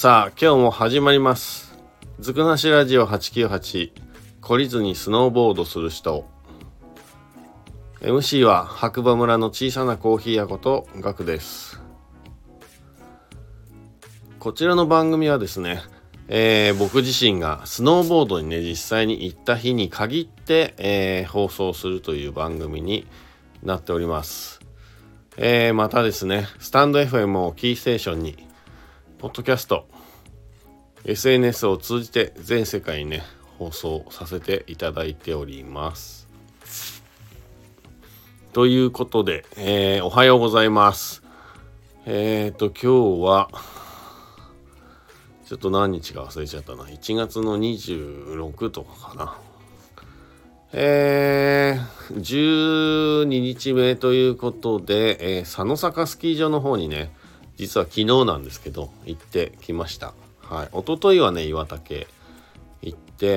さあ今日も始まります。ずくなしラジオ898、懲りずにスノーボードする人。 MC は白馬村の小さなコーヒー屋ことガクです。こちらの番組はですね、僕自身がスノーボードにね実際に行った日に限って、放送するという番組になっております。またですね、スタンド FM をキーステーションにポッドキャスト、SNS を通じて全世界にね放送させていただいております。ということで、おはようございます。今日はちょっと何日か忘れちゃったな。1月の26とかかな。12日目ということで、佐野坂スキー場の方にね、実は昨日なんですけど行ってきました。はい、一昨日はね岩岳行って、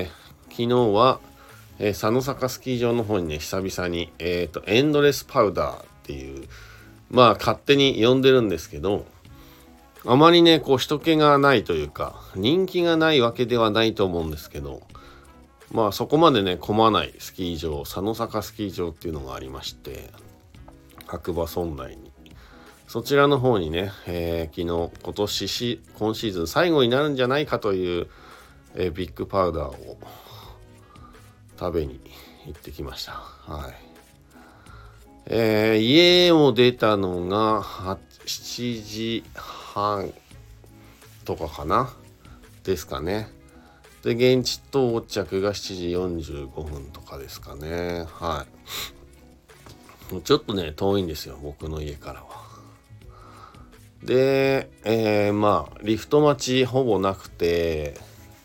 昨日は、佐野坂スキー場の方にね久々に、エンドレスパウダーっていう勝手に呼んでるんですけど、あまりねこう人気がないというか人気がないわけではないと思うんですけど、そこまでね混まないスキー場、佐野坂スキー場っていうのがありまして、白馬村内にそちらの方にね、昨日今シーズン最後になるんじゃないかという、ビッグパウダーを食べに行ってきました。はい。家を出たのが7時半とかかなですかね。で現地到着が7時45分とかですかね。はい。ちょっとね遠いんですよ、僕の家からは。で、リフト待ちほぼなくて、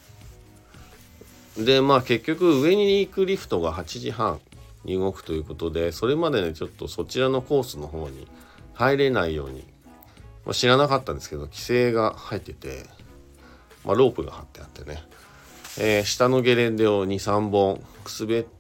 で結局上に行くリフトが8時半に動くということで、それまでねちょっとそちらのコースの方に入れないように、知らなかったんですけど規制が入ってて、ロープが張ってあってね、下のゲレンデを 2,3 本滑って、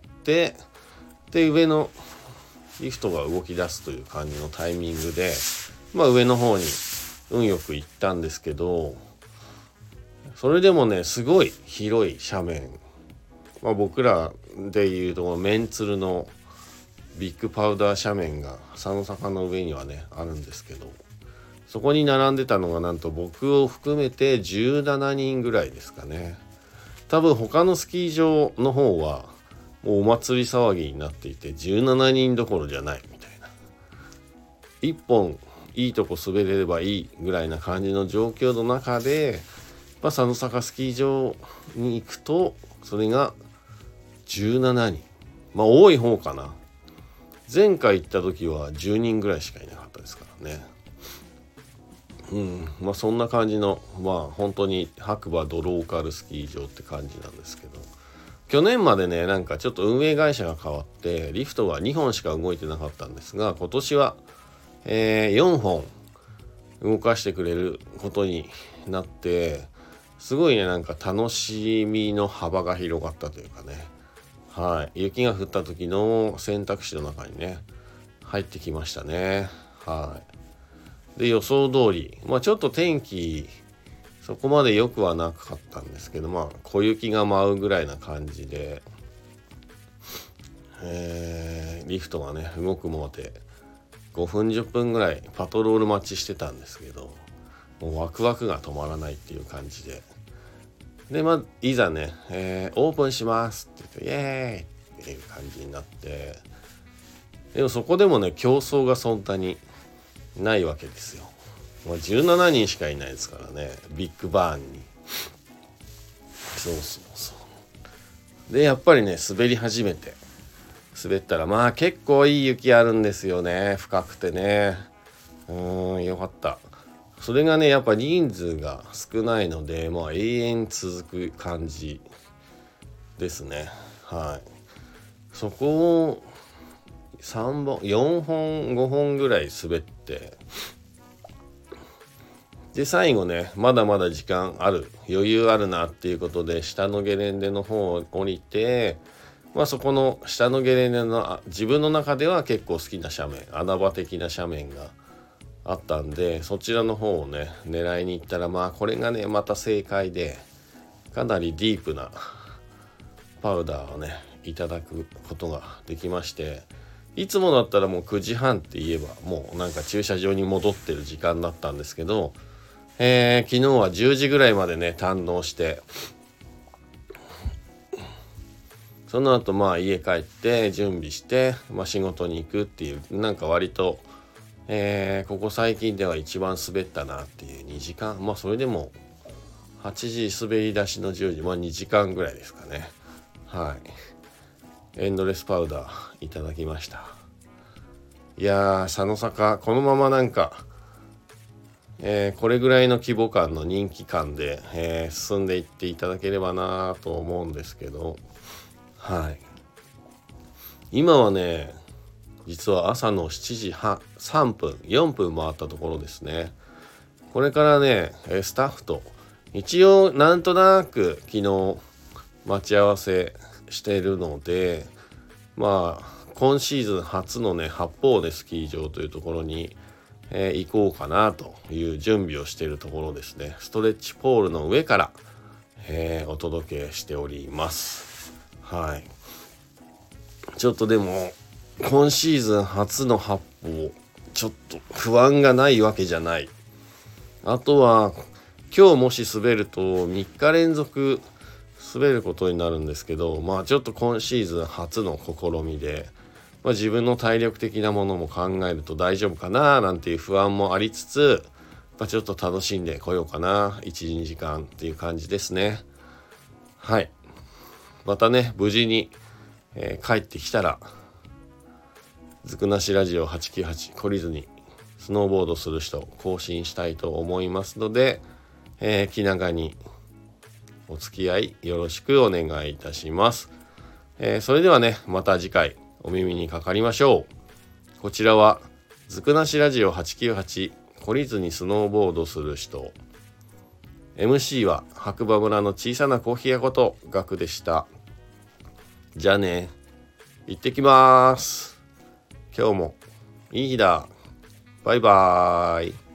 で上のリフトが動き出すという感じのタイミングで、上の方に運よく行ったんですけど、それでもねすごい広い斜面、僕らでいうとメンツルのビッグパウダー斜面が佐野坂の上にはねあるんですけど、そこに並んでたのがなんと僕を含めて17人ぐらいですかね。多分他のスキー場の方はもうお祭り騒ぎになっていて17人どころじゃないみたいな、一本いいとこ滑れればいいぐらいな感じの状況の中で、佐野坂スキー場に行くとそれが17人、多い方かな。前回行った時は10人ぐらいしかいなかったですからね。そんな感じの本当に白馬ドローカルスキー場って感じなんですけど、去年までねなんかちょっと運営会社が変わってリフトが2本しか動いてなかったんですが、今年は、4本動かしてくれることになって、すごいねなんか楽しみの幅が広がったというかね。はい、雪が降った時の選択肢の中にね入ってきましたね。はい。で予想通り、ちょっと天気そこまで良くはなかったんですけど、小雪が舞うぐらいな感じで、リフトがね動くまで5分10分ぐらいパトロール待ちしてたんですけど、もうワクワクが止まらないっていう感じで、いざね、オープンしますって言ってイエーイっていう感じになって、でもそこでもね競争がそんなにないわけですよ。17人しかいないですからね、ビッグバーンに。そうでやっぱりね滑り始めて滑ったら結構いい雪あるんですよね、深くてね。よかった。それがねやっぱ人数が少ないので永遠続く感じですね。はい。そこを3本4本5本ぐらい滑って、で最後ねまだまだ時間ある、余裕あるなっていうことで下のゲレンデの方を降りて、そこの下のゲレンデの自分の中では結構好きな斜面、穴場的な斜面があったんで、そちらの方をね狙いに行ったら、まあこれがねまた正解で、かなりディープなパウダーをねいただくことができまして、いつもだったらもう9時半って言えばもうなんか駐車場に戻ってる時間だったんですけど、昨日は10時ぐらいまでね堪能して、その後まあ家帰って準備して、仕事に行くっていう、なんか割と、ここ最近では一番滑ったなっていう2時間、それでも8時滑り出しの10時、2時間ぐらいですかね。はい。エンドレスパウダーいただきました。いやー、佐野坂このままなんか、これぐらいの規模感の人気感で、進んでいっていただければなと思うんですけど、はい。今はね、実は朝の7時半3分4分回ったところですね。これからねスタッフと一応なんとなく昨日待ち合わせしているので、今シーズン初のね八方根スキー場というところに、行こうかなという準備をしているところですね。ストレッチポールの上から、お届けしております。はい。ちょっとでも今シーズン初の八方、ちょっと不安がないわけじゃない。あとは今日もし滑ると3日連続滑ることになるんですけど、ちょっと今シーズン初の試みで、自分の体力的なものも考えると大丈夫かななんていう不安もありつつ、ちょっと楽しんでこようかな 1,2 時間っていう感じですね。はい。またね無事に、帰ってきたらずくなしラジオ898懲りずにスノーボードする人更新したいと思いますので、気長にお付き合いよろしくお願いいたします。それではねまた次回お耳にかかりましょう。こちらはずくなしラジオ898懲りずにスノーボードする人、 MC は白馬村の小さなコーヒー屋ことガクでした。じゃあね、行ってきます。今日もいい日だ。バイバーイ。